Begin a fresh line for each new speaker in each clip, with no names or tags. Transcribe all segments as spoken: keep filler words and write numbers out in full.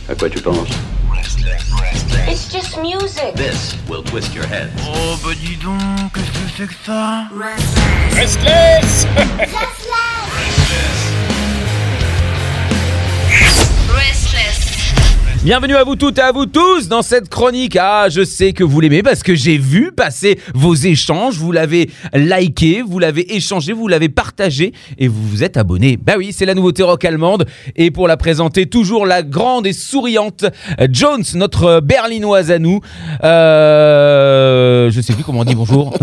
À quoi tu penses?
It's just music.
This will twist your head.
Oh bah dis donc, qu'est-ce que c'est que ça?
Restless.
Bienvenue à vous toutes et à vous tous dans cette chronique. Ah, je sais que vous l'aimez parce que j'ai vu passer vos échanges, vous l'avez liké, vous l'avez échangé, vous l'avez partagé et vous vous êtes abonné. Bah oui, c'est la nouveauté rock allemande et pour la présenter, toujours la grande et souriante Jones, notre berlinoise à nous. Euh, je sais plus comment on dit bonjour.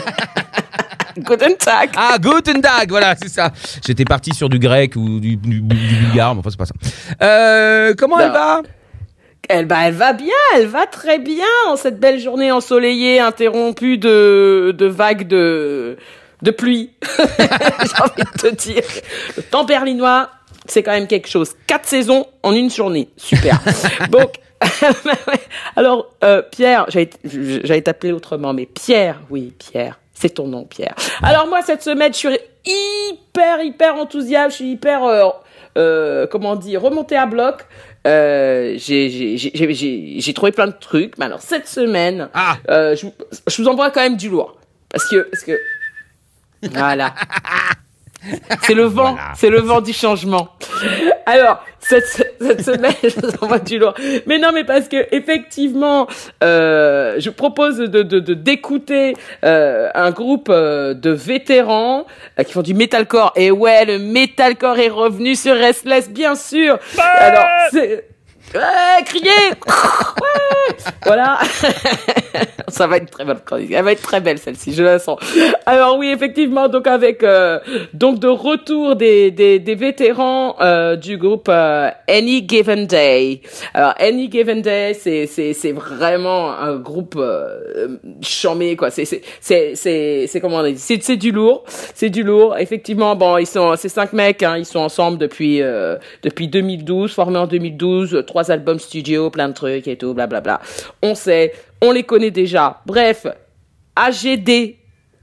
Guten Tag.
Ah, Guten Tag, voilà, c'est ça. J'étais parti sur du grec ou du, du, du bulgare, mais enfin c'est pas ça. Euh, comment non. elle va?
Elle, bah, elle va bien, elle va très bien en cette belle journée ensoleillée, interrompue de, de vagues de, de pluie. J'ai envie de te dire. Le temps berlinois, c'est quand même quelque chose. Quatre saisons en une journée. Super. Donc, alors, euh, Pierre, j'allais, j'allais t'appeler autrement, mais Pierre, oui, Pierre. C'est ton nom, Pierre. Alors moi, cette semaine, je suis hyper, hyper enthousiaste. Je suis hyper, euh, euh, comment dire, remontée à bloc. Euh, j'ai, j'ai, j'ai, j'ai, j'ai trouvé plein de trucs. Mais alors, cette semaine, ah. euh, je, je vous envoie quand même du lourd. Parce que, parce que, voilà. C'est le vent, voilà. C'est le vent du changement. Alors, cette, cette semaine, je vous envoie du lourd. Mais non, mais parce que, effectivement, euh, je propose de, de, de, d'écouter, euh, un groupe, euh, de vétérans, euh, qui font du metalcore. Et ouais, le metalcore est revenu sur Restless, bien sûr. Bah Alors, c'est, ouais, crier! Ouais! Voilà. Ça va être une très bonne chronique. Elle va être très belle, celle-ci, je la sens. Alors oui, effectivement, donc avec, euh, donc de retour des, des, des vétérans, euh, du groupe, euh, Any Given Day. Alors, Any Given Day, c'est, c'est, c'est vraiment un groupe, euh, charmé, quoi. C'est, c'est, c'est, c'est, c'est comment on dit? C'est, c'est du lourd. C'est du lourd. Effectivement, bon, ils sont, ces cinq mecs, hein, ils sont ensemble depuis, euh, depuis deux mille douze, formés en deux mille douze, trois albums studio, plein de trucs et tout, blablabla. On sait, on les connaît déjà. Bref, A G D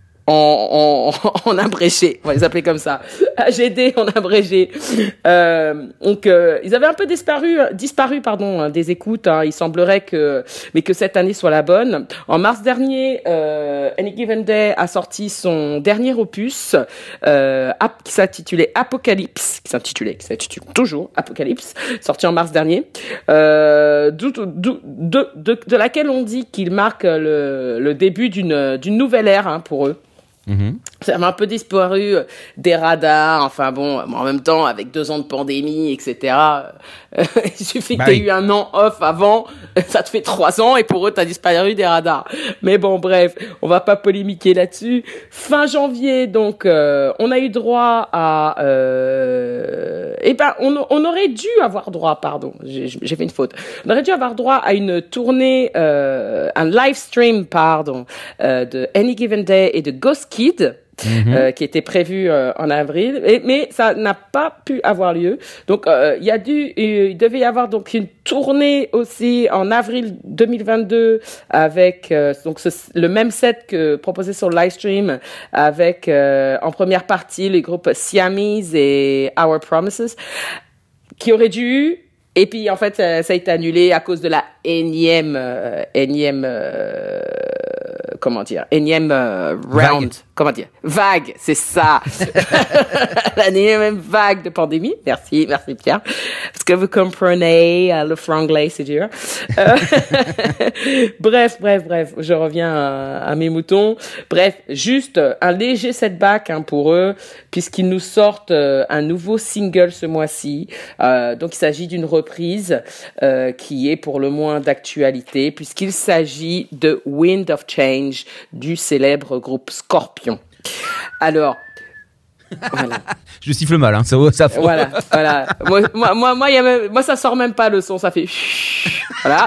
en, en, en abrégé, on va les appeler comme ça. A G D en abrégé. Euh, donc, euh, ils avaient un peu disparu, disparu pardon, des écoutes. Hein. Il semblerait que, mais que cette année soit la bonne. En mars dernier, euh, Any Given Day a sorti son dernier opus euh, qui s'intitulait Apocalypse, qui s'intitulait, qui s'intitule toujours Apocalypse, sorti en mars dernier, euh, de, de, de, de, de laquelle on dit qu'il marque le, le début d'une, d'une nouvelle ère hein, pour eux. Mmh. Ça m'a un peu disparu des radars, enfin bon, en même temps, avec deux ans de pandémie, et cetera, euh, il suffit que bah, tu aies oui. eu un an off avant, ça te fait trois ans, et pour eux, t'as disparu des radars. Mais bon, bref, on va pas polémiquer là-dessus. Fin janvier, donc, euh, on a eu droit à... Euh, eh ben, on, on aurait dû avoir droit, pardon, j'ai, j'ai fait une faute, on aurait dû avoir droit à une tournée, euh, un live stream, pardon, euh, de Any Given Day et de Ghost Kid, mmh. euh, qui était prévu euh, en avril, et, mais ça n'a pas pu avoir lieu. Donc, euh, il y a dû, il devait y avoir donc une tournée aussi en avril deux mille vingt-deux avec euh, donc ce, le même set que proposé sur le live stream avec euh, en première partie les groupes Siamese et Our Promises, qui aurait dû et puis en fait ça, ça a été annulé à cause de la énième euh, énième euh, comment dire énième euh, round vague. Comment dire vague c'est ça la énième vague de pandémie. Merci merci Pierre parce que vous comprenez euh, le franglais c'est dur. Euh, bref bref bref je reviens à, à mes moutons. Bref juste un léger setback hein, pour eux puisqu'ils nous sortent euh, un nouveau single ce mois-ci. Euh, donc il s'agit d'une reprise euh, qui est pour le moins d'actualité puisqu'il s'agit de Wind of Change du célèbre groupe Scorpion. Alors, voilà.
Je siffle mal, hein. Ça, ça.
Voilà, voilà. Moi, moi, moi, moi, y a même, moi, ça sort même pas le son, ça fait. Voilà.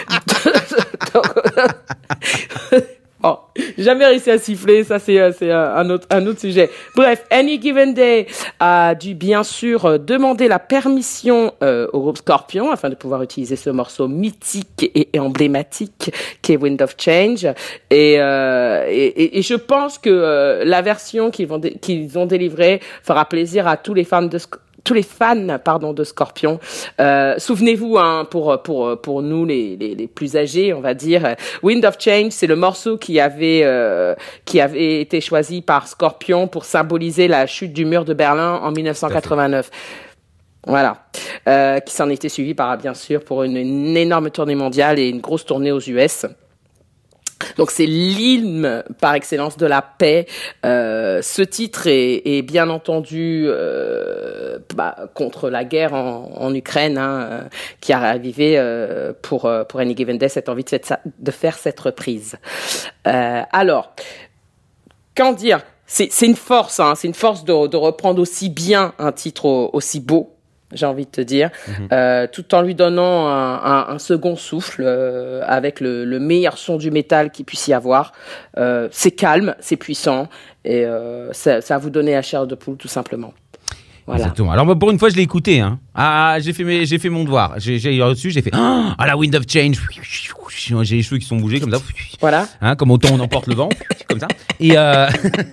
Oh, j'ai jamais réussi à siffler, ça c'est, c'est un, autre, un autre sujet. Bref, Any Given Day a dû bien sûr demander la permission euh, au groupe Scorpion afin de pouvoir utiliser ce morceau mythique et, et emblématique qui est Wind of Change. Et, euh, et, et je pense que euh, la version qu'ils, vont dé- qu'ils ont délivrée fera plaisir à tous les fans de Scorpion. tous les fans, pardon, de Scorpions. Euh, souvenez-vous, hein, pour pour pour nous les, les les plus âgés, on va dire, Wind of Change, c'est le morceau qui avait euh, qui avait été choisi par Scorpions pour symboliser la chute du mur de Berlin en dix-neuf cent quatre-vingt-neuf. Voilà, euh, qui s'en était suivi par, bien sûr, pour une, une énorme tournée mondiale et une grosse tournée aux U S. Donc c'est l'hymne par excellence de la paix. Euh, ce titre est, est bien entendu euh, bah, contre la guerre en, en Ukraine, hein, euh, qui a ravivé euh, pour pour Any Given Day cette envie de, cette, de faire cette reprise. Euh, alors, qu'en dire ? C'est, c'est une force, hein, c'est une force de, de reprendre aussi bien un titre aussi beau. J'ai envie de te dire, mmh. euh, tout en lui donnant un, un, un second souffle euh, avec le, le meilleur son du métal qu'il puisse y avoir. Euh, c'est calme, c'est puissant et euh, ça, ça va vous donner la chair de poule tout simplement. Voilà.
Exactement. Alors pour une fois, je l'ai écouté. Hein. Ah, j'ai fait mes, j'ai fait mon devoir. J'ai, j'ai reçu, j'ai fait ah oh, la Wind of Change. J'ai les cheveux qui sont bougés comme ça.
Voilà.
Hein, comme autant on emporte le vent, comme ça. Et euh...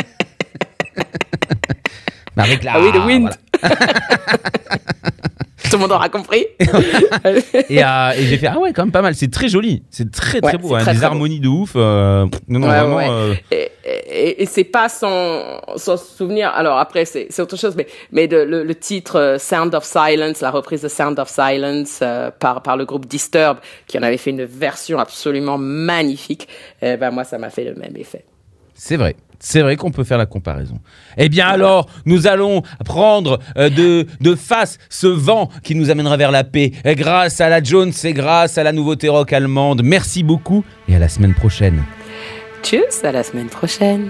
bah avec la.
Ah oui, le wind.
Voilà.
Tout le monde aura compris.
et, euh, et j'ai fait ah ouais, quand même pas mal. C'est très joli. C'est très très
ouais,
beau. Hein,
très,
des
très
harmonies beau. de ouf. Euh... Non non
ouais,
vraiment.
Ouais.
Euh...
Et, et, et c'est pas sans, sans souvenir. Alors après c'est, c'est autre chose, mais mais de, le, le titre euh, Sound of Silence, la reprise de Sound of Silence euh, par par le groupe Disturbed, qui en avait fait une version absolument magnifique. Et ben moi ça m'a fait le même effet.
C'est vrai. C'est vrai qu'on peut faire la comparaison. Eh bien alors, nous allons prendre euh, de, de face ce vent qui nous amènera vers la paix grâce à la Jones et grâce à la nouveauté rock allemande. Merci beaucoup et à la semaine prochaine.
Tchuss, à la semaine prochaine.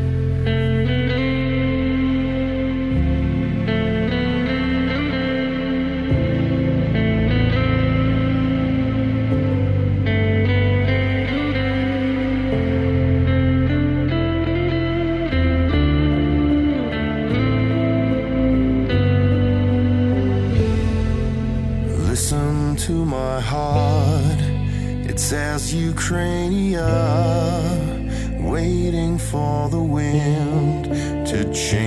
To my heart, it says Ukrainia, waiting for the wind to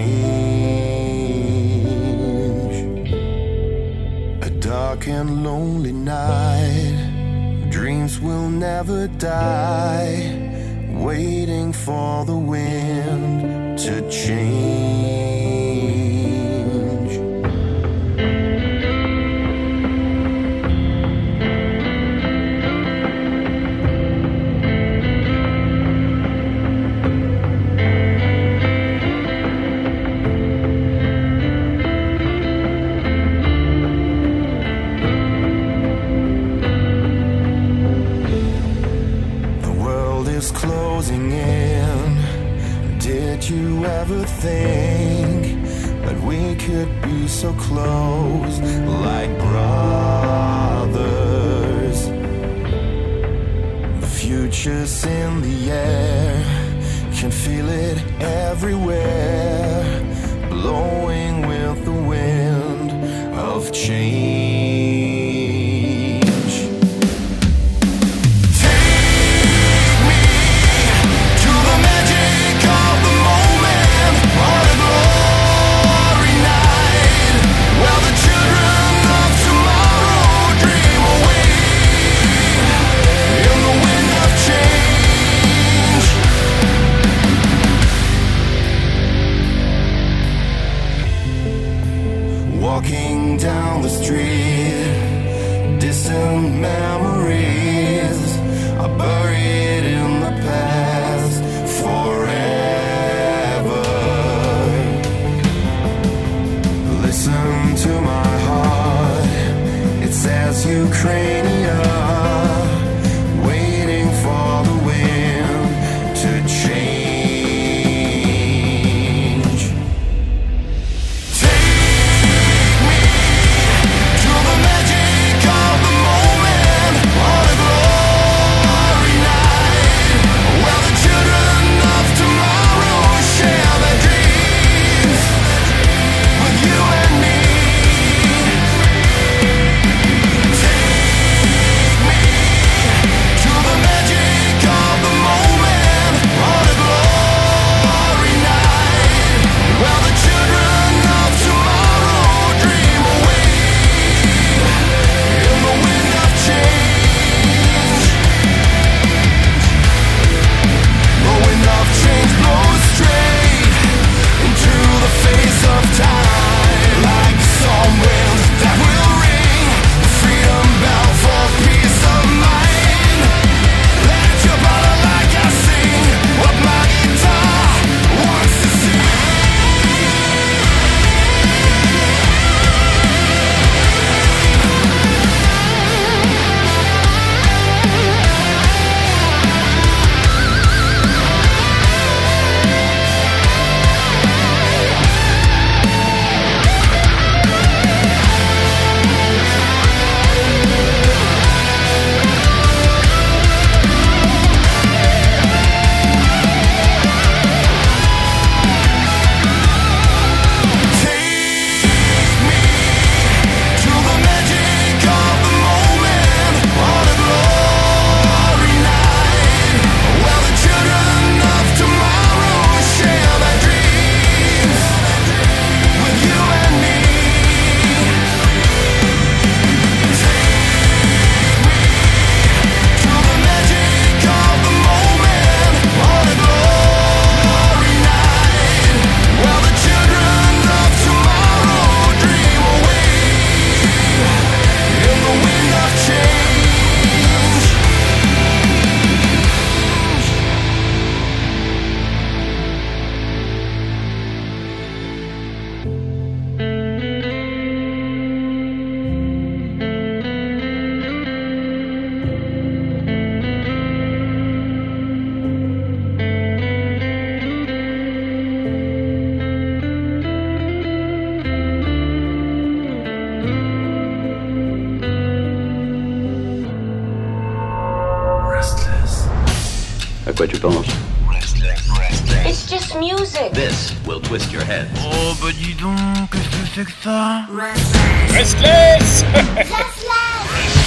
change. A dark and lonely night, dreams will never die, waiting for the wind to change. Closing in. Did you ever think that we could be so close, like brothers? The future's in the air, can feel it everywhere, blowing with the wind of change. Walking down the street, distant memories are buried in the past forever. Listen to my heart, it says Ukrainia, waiting for the wind to change. Take
À quoi tu penses?
It's just music.
This will twist your head.
Oh bah dis donc, qu'est-ce que c'est que ça?
Restless.
Restless.